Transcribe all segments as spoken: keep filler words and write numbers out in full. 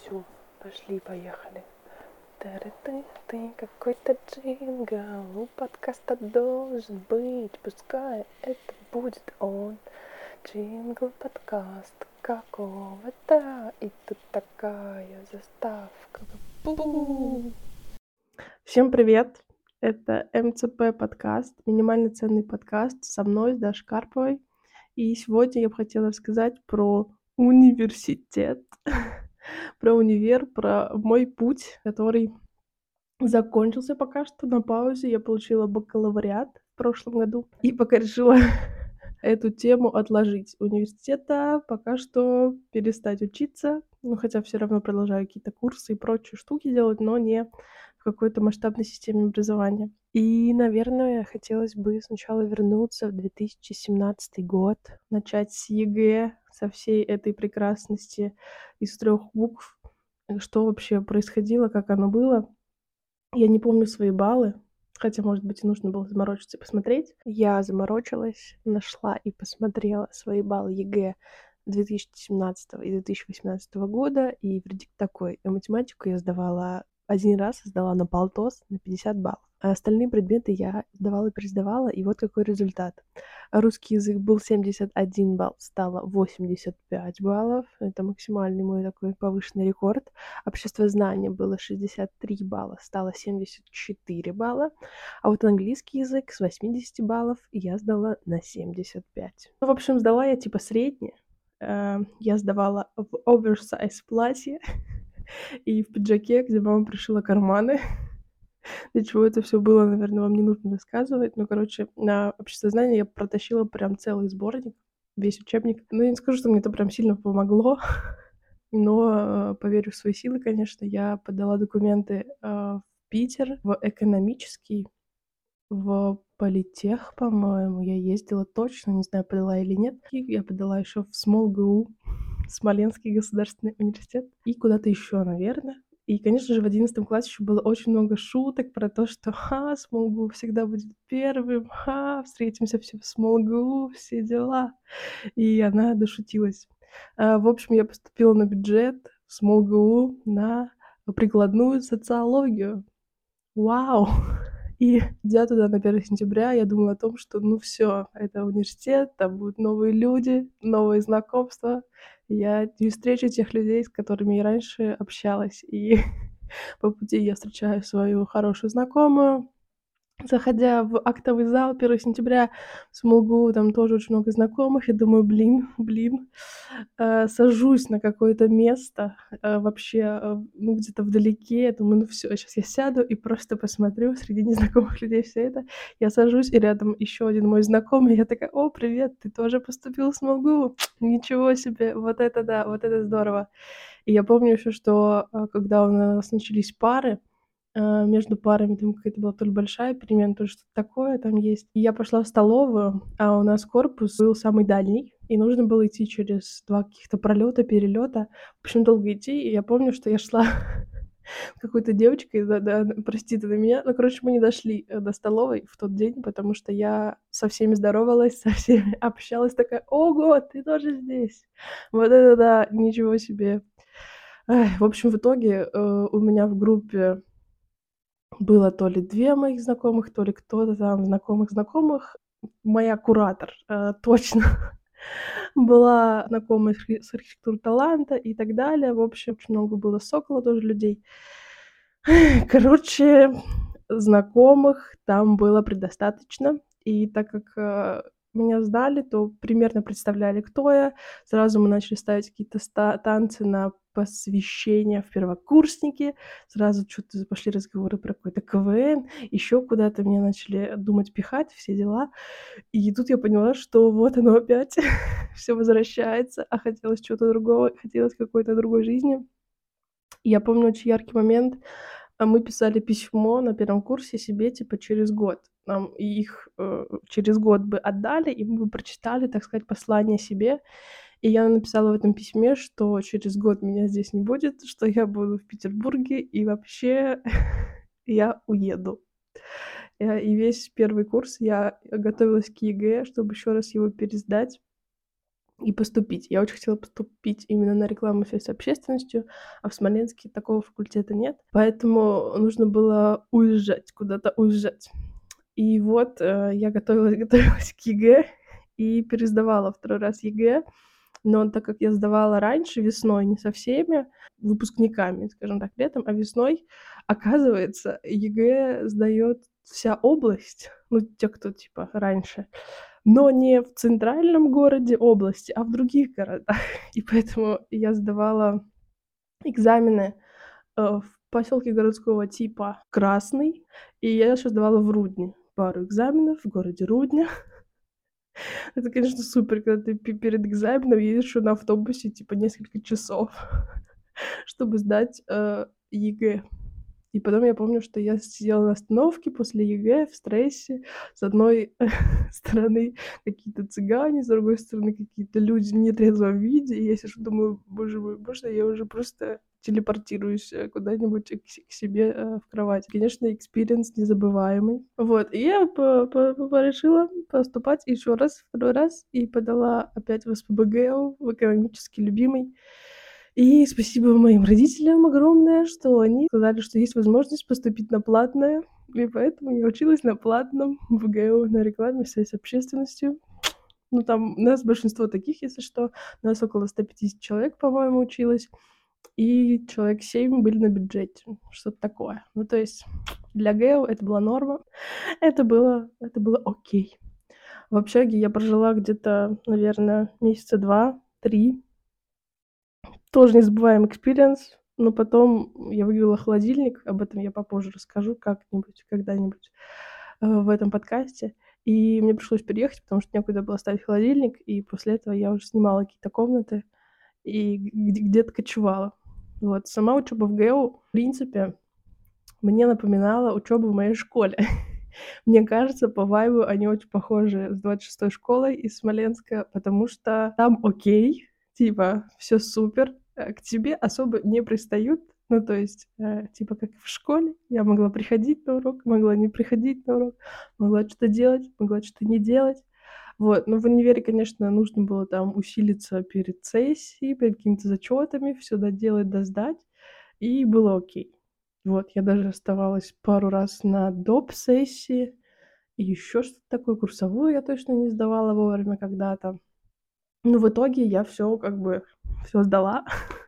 Все, пошли, поехали. Ты, ты какой-то джингл, у подкаста должен быть, пускай это будет он. Джингл подкаст какого-то, и тут такая заставка. Бу! Всем привет! Это эм цэ пэ подкаст, минимально ценный подкаст со мной, с Дашей Карповой. И сегодня я бы хотела рассказать про университет, про универ, про мой путь, который закончился пока что на паузе. Я получила бакалавриат в прошлом году и пока решила эту тему отложить. Университета пока что перестать учиться, ну, хотя все равно продолжаю какие-то курсы и прочие штуки делать, но не в какой-то масштабной системе образования. И, наверное, хотелось бы сначала вернуться в две тысячи семнадцатый год, начать с ЕГЭ, со всей этой прекрасности из трех букв, что вообще происходило, как оно было. Я не помню свои баллы, хотя, может быть, и нужно было заморочиться и посмотреть. Я заморочилась, нашла и посмотрела свои баллы ЕГЭ две тысячи семнадцатого и две тысячи восемнадцатого года, и вердикт такой: математику я сдавала один раз, сдала на полтос на пятьдесят баллов, а остальные предметы я сдавала и пересдавала, и вот какой результат. Русский язык был семьдесят один балл, стало восемьдесят пять баллов, это максимальный мой такой повышенный рекорд. Обществознание было шестьдесят три балла, стало семьдесят четыре балла, а вот английский язык с восемьдесят баллов я сдала на семьдесят пять. Ну, в общем, сдала я типа среднее. Э, Я сдавала в оверсайз платье и в пиджаке, где мама пришила карманы. Для чего это все было, наверное, вам не нужно рассказывать. Ну, короче, на обществознание я протащила прям целый сборник, весь учебник. Ну, я не скажу, что мне это прям сильно помогло, но, э, поверю в свои силы, конечно. Я подала документы, э, в Питер, в экономический, в политех, по-моему, я ездила точно, не знаю, подала или нет. И я подала еще в СмолГУ, Смоленский государственный университет, и куда-то еще, наверное. И, конечно же, в одиннадцатом классе еще было очень много шуток про то, что ха, СмолГУ всегда будет первым, ха, встретимся все в СмолГУ, все дела. И она дошутилась. А, в общем, я поступила на бюджет в СмолГУ на прикладную социологию. Вау! И идя туда на первое сентября, я думала о том, что ну все, это университет, там будут новые люди, новые знакомства. Я не встречу тех людей, с которыми я раньше общалась. И по пути я встречаю свою хорошую знакомую. Заходя в актовый зал первого сентября в СмолГУ, там тоже очень много знакомых. Я думаю: блин, блин. Э, сажусь на какое-то место, э, вообще, э, ну, где-то вдалеке. Я думаю: ну все, сейчас я сяду и просто посмотрю среди незнакомых людей все это. Я сажусь, и рядом еще один мой знакомый. Я такая: о, привет, ты тоже поступил в СмолГУ? Ничего себе, вот это да, вот это здорово. И я помню еще, что, э, когда у нас начались пары, э, между парами там какая-то была то ли большая перемена, то ли что-то такое там есть. И я пошла в столовую, а у нас корпус был самый дальний, и нужно было идти через два каких-то пролета, перелета. В общем, долго идти. И я помню, что я шла с какой-то девочкой, да, да, простит она меня. Ну, короче, мы не дошли, э, до столовой в тот день, потому что я со всеми здоровалась, со всеми общалась, такая: ого, ты тоже здесь! Вот это да, ничего себе. Эх, в общем, в итоге, э, у меня в группе было то ли две моих знакомых, то ли кто-то там знакомых знакомых. Моя куратор, э, точно была знакома с архи с архитектурой таланта и так далее. В общем, очень много было с около тоже людей. Короче, знакомых там было предостаточно. И так как, э, меня сдали, то примерно представляли, кто я. Сразу мы начали ставить какие-то ста танцы на посвящение в первокурсники. Сразу чё-то пошли разговоры про какой-то КВН, еще куда-то меня начали думать пихать, все дела. И тут я поняла, что вот оно опять, все возвращается, а хотелось чего-то другого, хотелось какой-то другой жизни. И я помню очень яркий момент. А мы писали письмо на первом курсе себе, типа, через год. Нам их, э, через год бы отдали, и мы бы прочитали, так сказать, послание себе. И я написала в этом письме, что через год меня здесь не будет, что я буду в Петербурге, и вообще я уеду. Э, и весь первый курс я готовилась к ЕГЭ, чтобы еще раз его пересдать. и поступить. Я очень хотела поступить именно на рекламу связь с общественностью, а в Смоленске такого факультета нет, поэтому нужно было уезжать, куда-то уезжать. И вот, э, я готовилась готовилась к ЕГЭ и пересдавала второй раз ЕГЭ, но так как я сдавала раньше, весной, не со всеми выпускниками, скажем так, летом, а весной, оказывается, ЕГЭ сдаёт вся область, ну, те, кто, типа, раньше, но не в центральном городе области, а в других городах. И поэтому я сдавала экзамены, э, в посёлке городского типа Красный, и я ещё сдавала в Рудне пару экзаменов в городе Рудня. Это, конечно, супер, когда ты пе перед экзаменом едешь ещё на автобусе, типа, несколько часов, чтобы сдать, э, ЕГЭ. И потом я помню, что я сидела на остановке после ЕГЭ в стрессе. С одной стороны какие-то цыгане, с другой стороны какие-то люди в нетрезвом виде. И я сижу, думаю: "Боже мой, можно я уже просто телепортируюсь, э, куда-нибудь к се к себе, э, в кровать?" Конечно, экспириенс незабываемый. Вот, и я по по по решила поступать ещё раз, второй раз, и подала опять в СПбГУ, в экономический любимый. И спасибо моим родителям огромное, что они сказали, что есть возможность поступить на платное, и поэтому я училась на платном в ГУ на рекламе связь с общественностью. Ну, там нас большинство таких, если что. Нас около ста пятидесяти человек, по-моему, училось, и человек семь были на бюджете. Что-то такое. Ну, то есть для ГУ это была норма. Это было это было окей. В общаге я прожила где-то, наверно, месяца два-три. Тоже незабываемый экспириенс, но потом я выиграла холодильник. Об этом я попозже расскажу как-нибудь, когда-нибудь, э, в этом подкасте. И мне пришлось переехать, потому что некуда было ставить холодильник, и после этого я уже снимала какие-то комнаты и г где-то кочевала. Вот. Сама учёба в ГУ, в принципе, мне напоминала учёбу в моей школе. Мне кажется, по вайбу они очень похожи с двадцать шестой школой из Смоленска, потому что там окей, типа всё супер, э, к тебе особо не пристают. Ну, то есть, э, типа как в школе. Я могла приходить на урок, могла не приходить на урок, могла что-то делать, могла что-то не делать. Вот. Но в универе, конечно, нужно было там усилиться перед сессией, перед какими-то зачётами, всё доделать, досдать, и было окей. Вот. Я даже оставалась пару раз на доп. Сессии и ещё что-то такое. Курсовую я точно не сдавала вовремя когда-то. Но в итоге я всё как бы всё сдала.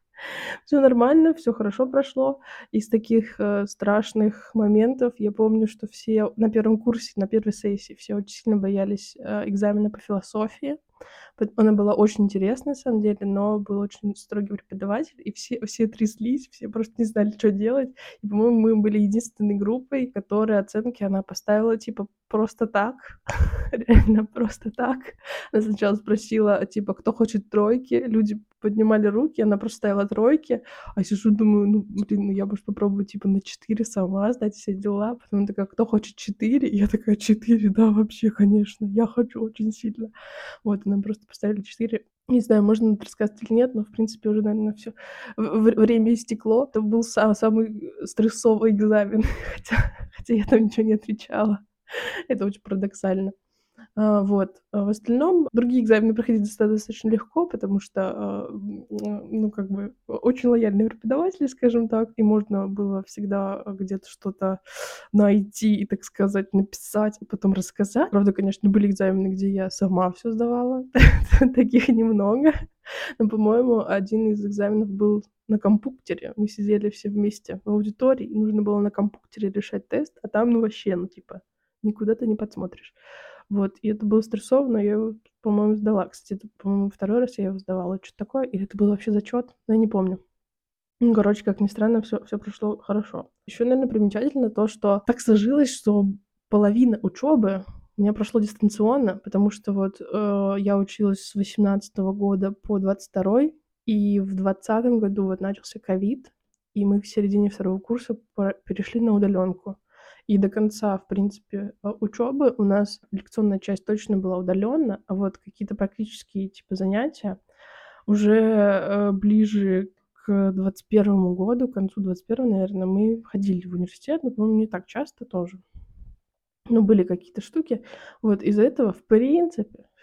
Всё нормально, всё хорошо прошло. Из таких, э, страшных моментов я помню, что все на первом курсе, на первой сессии все очень сильно боялись, э, экзамена по философии. Пот она была очень интересная, на самом деле, но был очень строгий преподаватель, и все все тряслись, все просто не знали, чё делать. И, по-моему, мы были единственной группой, которой оценки она поставила, типа, просто так. Реально просто так. Она сначала спросила, типа: "Кто хочет тройки?" Люди поднимали руки, она просто ставила тройки. А я сижу, думаю: "Ну, блин, ну я, может, попробую, типа, на четыре сама сдать, все дела". Потом она такая: "Кто хочет четыре?" И я такая: "четыре, да, вообще, конечно, я хочу очень сильно". Вот, и нам просто поставили четыре. Не знаю, можно это рассказывать или нет, но, в принципе, уже, наверно, всё. В в время истекло. Это был са самый стрессовый экзамен, хотя хотя я там ничего не отвечала. Это очень парадоксально. А, вот. А в остальном другие экзамены проходили доста достаточно легко, потому что, а, м, ну, как бы, очень лояльные преподаватели, скажем так, и можно было всегда где-то что-то найти и, так сказать, написать, а потом рассказать. Правда, конечно, были экзамены, где я сама всё сдавала. Таких немного. Но, по-моему, один из экзаменов был на компьютере. Мы сидели все вместе в аудитории, и нужно было на компьютере решать тест, а там, ну, вообще, ну, типа, никуда ты не подсмотришь. Вот, и это было стрессово, но я его, по-моему, сдала. Кстати, это, по-моему, второй раз я его сдавала, чё-то такое, или это был вообще зачёт, но я не помню. Ну, короче, как ни странно, всё всё прошло хорошо. Ещё, наверно, примечательно то, что так сложилось, что половина учёбы у меня прошло дистанционно, потому что вот, э, я училась с восемнадцатого года по двадцать второй, и в двадцатом году вот начался ковид, и мы в середине второго курса пора перешли на удалёнку. И до конца, в принципе, э, учёбы у нас лекционная часть точно была удалённа, а вот какие-то практические типа занятия уже, э, ближе к двадцать первому году, к концу двадцать первого, наверно, мы ходили в университет, но, по-моему, не так часто тоже. Но были какие-то штуки. Вот из-за этого, в принципе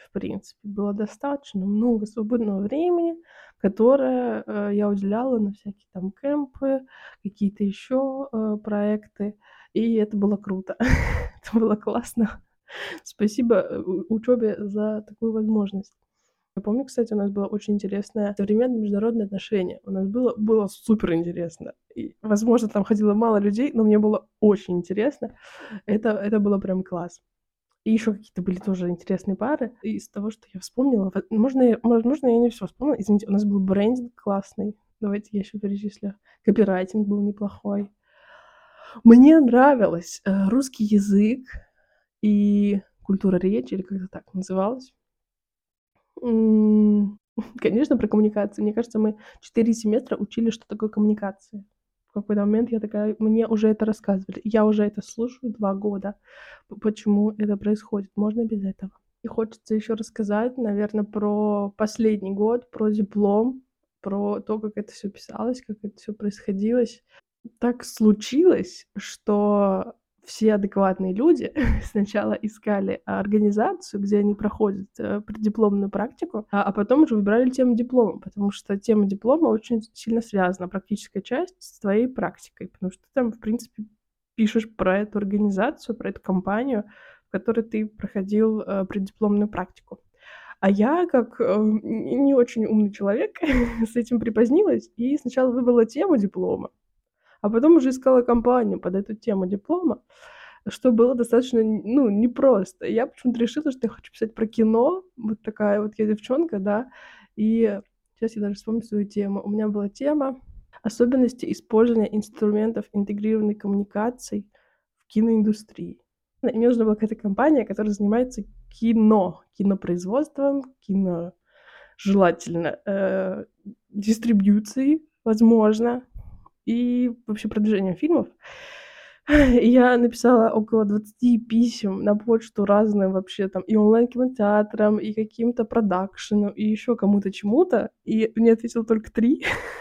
в принципе. Было достаточно много свободного времени, которое, э, я уделяла на всякие там кемпы, какие-то еще, э, проекты, и это было круто. Это было классно. Спасибо, э, у учёбе за такую возможность. Я помню, кстати, у нас было очень интересное современное международное отношение. У нас было было супер интересно. И, возможно, там ходило мало людей, но мне было очень интересно. Это это было прям класс. И ещё какие-то были тоже интересные пары. И из того, что я вспомнила, вот можно я возможно, я не всё вспомнила. Извините, у нас был брендинг классный. Давайте я ещё перечислю. Копирайтинг был неплохой. Мне нравилось, э, русский язык и культура речи, или как-то так называлось. М, конечно, про коммуникации. Мне кажется, мы четыре семестра учили, что такое коммуникация. В какой-то момент я такая: "Мне уже это рассказывали, я уже это слушаю два года. П почему это происходит? Можно без этого?" И хочется ещё рассказать, наверно, про последний год, про диплом, про то, как это всё писалось, как это всё происходилось. Так случилось, что все адекватные люди сначала искали организацию, где они проходят, э, преддипломную практику, а а потом уже выбирали тему диплома, потому что тема диплома очень с сильно связана, практическая часть, с твоей практикой, потому что ты там, в принципе, пишешь про эту организацию, про эту компанию, в которой ты проходил, э, преддипломную практику. А я, как, э, н не очень умный человек, с этим припозднилась и сначала выбрала тему диплома, а потом уже искала компанию под эту тему диплома, что было достаточно, н ну, непросто. Я почему-то решила, что я хочу писать про кино. Вот такая вот я девчонка, да. И щас я даже вспомню свою тему. У меня была тема "Особенности использования инструментов интегрированной коммуникаций в киноиндустрии". И мне нужна была какая-то компания, которая занимается кино, кинопроизводством, кино желательно, э, дистрибьюцией, возможно, и вообще продвижением фильмов. И я написала около двадцати писем на почту разным вообще там и онлайн-кинотеатрам, и каким-то продакшенам, и ещё кому-то, чему-то, и мне ответило только три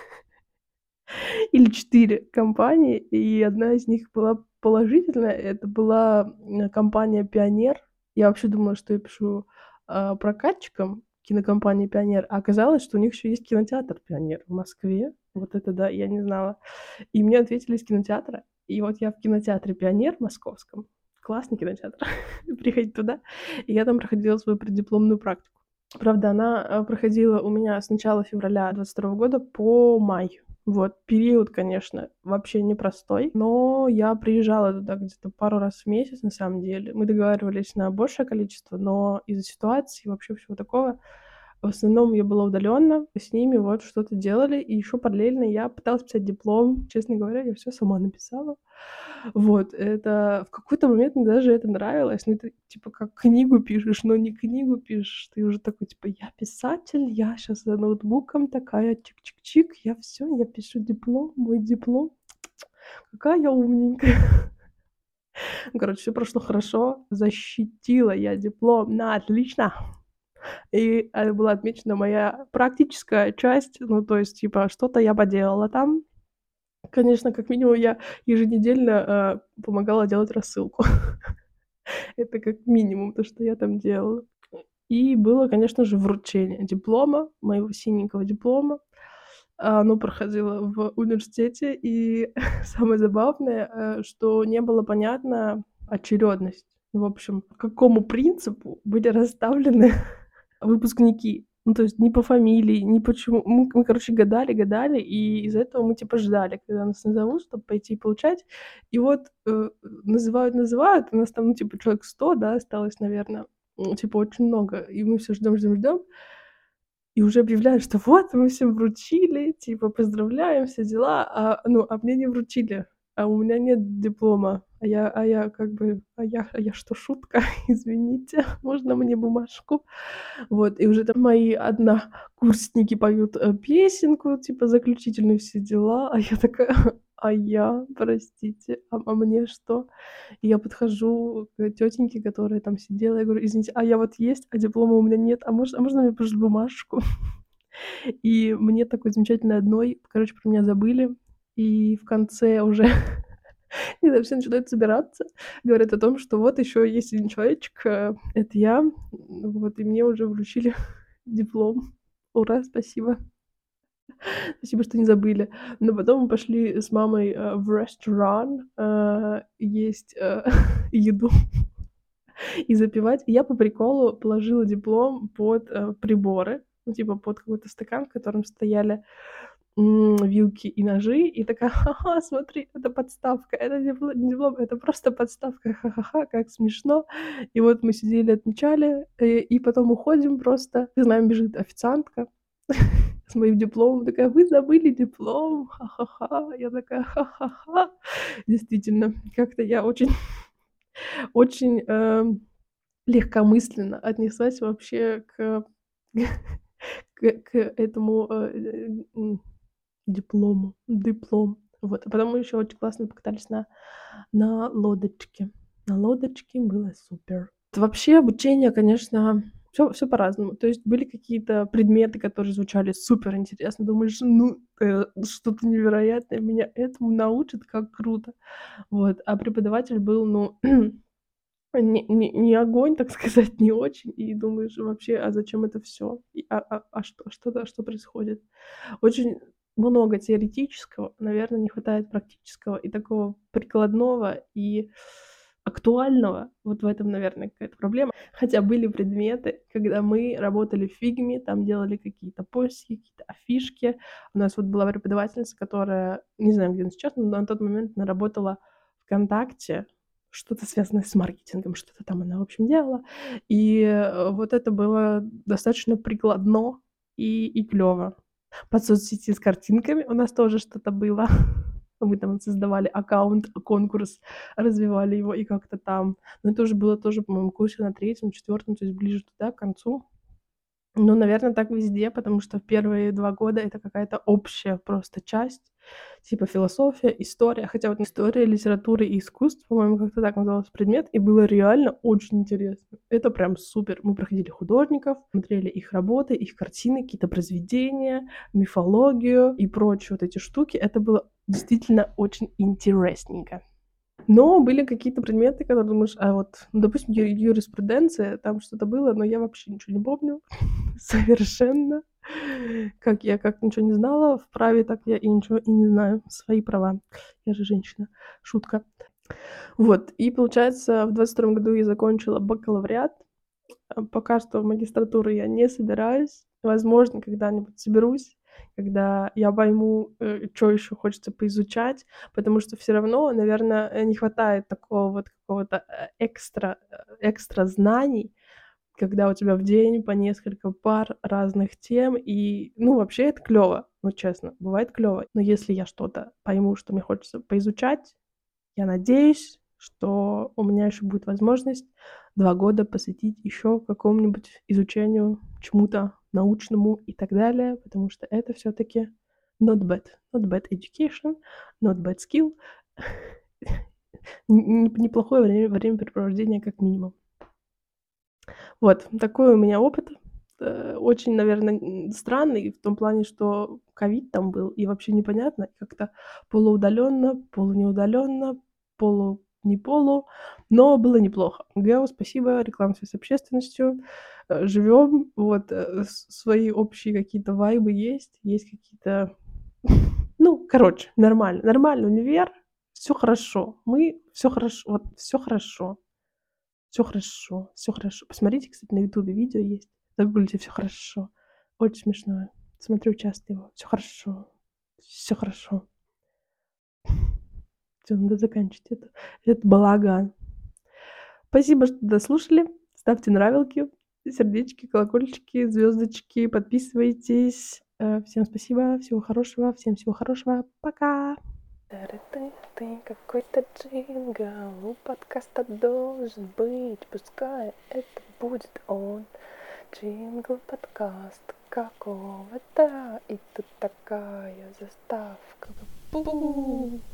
или четыре компании, и одна из них была положительная. Это была, м, компания "Пионер". Я вообще думала, что я пишу, а, прокатчикам кинокомпании "Пионер", а оказалось, что у них ещё есть кинотеатр "Пионер" в Москве. Вот это да, я не знала. И мне ответили из кинотеатра. И вот я в кинотеатре "Пионер" московском, классный кинотеатр, приходите туда. И я там проходила свою преддипломную практику. Правда, она, э, проходила у меня с начала февраля двадцать второго года по май. Вот. Период, конечно, вообще непростой, но я приезжала туда где-то пару раз в месяц на самом деле. Мы договаривались на большее количество, но из-за ситуации, вообще всего такого, в основном я была удалённо. С ними вот что-то делали, и ещё параллельно я пыталась писать диплом. Честно говоря, я всё сама написала. Вот. Это в какой-то момент мне даже это нравилось. Ну, это типа как книгу пишешь, но не книгу пишешь. Ты уже такой типа: "Я писатель, я щас за ноутбуком такая чик-чик-чик, я всё, я пишу диплом, мой диплом. Какая я умненькая". Ну, короче, всё прошло хорошо. Защитила я диплом на отлично. И, э, была отмечена моя практическая часть. Ну, то есть, типа, что-то я поделала там. Конечно, как минимум, я еженедельно, э, помогала делать рассылку. Это как минимум то, что я там делала. И было, конечно же, вручение диплома, моего синенького диплома. А, оно проходило в университете, и самое забавное, э, что не было понятно очередность. В общем, по какому принципу были расставлены выпускники. Ну, то есть не по фамилии, не почему. Мы, мы, короче, гадали, гадали, и из-за этого мы типа ждали, когда нас назовут, чтоб пойти получать. И вот, э, называют называют, у нас там, ну, типа человек сто, да, осталось, наверно. М, типа очень много. И мы всё ждём ждём ждём. И уже объявляют, что вот мы всем вручили, типа поздравляем, все дела. А, ну, а мне не вручили, а у меня нет диплома. А я а я как бы, а я а я что, шутка? Извините, можно мне бумажку? Вот. И уже там мои однокурсники поют, э, песенку, типа заключительную, все дела. А я такая: "А я, простите, а а мне что?" И я подхожу к тётеньке, которая там сидела, я говорю: "Извините, а я вот есть, а диплома у меня нет, а мож а можно мне, пожалуйста, бумажку?" И мне такой замечательной одной, короче, про меня забыли. И в конце уже когда все начинают собираться, говорят о том, что вот еще есть один человечек, э, это я, м, вот, и мне уже вручили диплом. Ура, спасибо. Спасибо, что не забыли. Но потом мы пошли с мамой, э, в ресторан, э, есть, э, еду и запивать. И я по приколу положила диплом под, э, приборы, ну, типа под какой-то стакан, в котором стояли, м, вилки и ножи, и такая: "Ха-ха, смотри, это подставка, это дипло не диплом, это просто подставка, ха-ха-ха, как смешно". И вот мы сидели, отмечали, э, и потом уходим просто, и за нами бежит официантка с моим дипломом, такая: "Вы забыли диплом, ха-ха-ха". Я такая: "Ха-ха-ха". Действительно, как-то я очень очень, эм, легкомысленно отнеслась вообще к к к этому, э, м, диплому, диплом. Вот, а потом мы еще очень классно покатались на на лодочке. На лодочке было супер. Вообще обучение, конечно, всё всё по-разному. То есть были какие-то предметы, которые звучали супер интересно. Думаешь: "Ну, э, что-то невероятное, меня этому научат, как круто". Вот, а преподаватель был, ну, не не не огонь, так сказать, не очень. И думаешь: вообще, а зачем это всё? И, а а а что что да, что происходит? Очень много теоретического, наверно, не хватает практического и такого прикладного, и актуального. Вот в этом, наверное, какая-то проблема. Хотя были предметы, когда мы работали в Figma, там делали какие-то постики, какие-то афишки. У нас вот была преподавательница, которая, не знаю, где она сейчас, но на тот момент она работала "ВКонтакте", что-то связанное с маркетингом, что-то там она, в общем, делала. И, э, вот это было достаточно прикладно и и клёво. По соцсети с картинками у нас тоже что-то было. Мы там создавали аккаунт, конкурс, развивали его и как-то там. Но это уже было тоже, по-моему, курсе на третьем, четвёртом, то есть ближе туда, к концу. Ну, наверно, так везде, потому что первые два года это какая-то общая просто часть, типа философия, история. Хотя вот история литературы и искусств, по-моему, как-то так назывался предмет, и было реально очень интересно. Это прям супер. Мы проходили художников, смотрели их работы, их картины, какие-то произведения, мифологию и прочие вот эти штуки. Это было действительно очень интересненько. Но были какие-то предметы, когда думаешь, а вот, ну, допустим, ю юриспруденция, там что-то было, но я вообще ничего не помню совершенно. Как я как ничего не знала в праве, так я и ничего и не знаю. Свои права. Я же женщина. Шутка. Вот, и получается, в двадцать втором году я закончила бакалавриат. А пока что в магистратуру я не собираюсь. Возможно, когда-нибудь соберусь, когда я пойму, э, чё ещё хочется поизучать, потому что всё равно, наверно, э, не хватает такого вот какого-то, э, экстра э, экстра знаний, когда у тебя в день по несколько пар разных тем. И, ну, вообще это клёво, вот честно, бывает клёво. Но если я что-то пойму, что мне хочется поизучать, я надеюсь, что у меня ещё будет возможность два года посвятить ещё какому-нибудь изучению, чему-то научному и так далее, потому что это всё-таки not bad, not bad education, not bad skill. Н не неплохое время времяпрепровождение как минимум. Вот такой у меня опыт. Э, очень, наверно, н странный в том плане, что ковид там был, и вообще непонятно, как-то полуудалённо, полунеудалённо, полу не полу, но было неплохо. ГЭУ, спасибо, реклама, связь с общественностью. Э, живём, вот, э, с свои общие какие-то вайбы есть, есть какие-то ну, короче, нормально. Нормальный универ, всё хорошо. Мы всё хорошо, вот всё хорошо. Всё хорошо, всё хорошо. Посмотрите, кстати, на "Ютубе" видео есть. Загуглите "Всё хорошо". Очень смешное. Смотрю часто его. Всё хорошо, всё хорошо. Всё, надо заканчивать это этот балаган. Спасибо, что дослушали. Ставьте нравилки, сердечки, колокольчики, звёздочки, подписывайтесь. Э, всем спасибо, всего хорошего, всем всего хорошего. Пока! Тары-ты-ты, какой-то джингл у подкаста должен быть, пускай это будет он. Джингл подкаста какого-то, и тут такая заставка. Бу!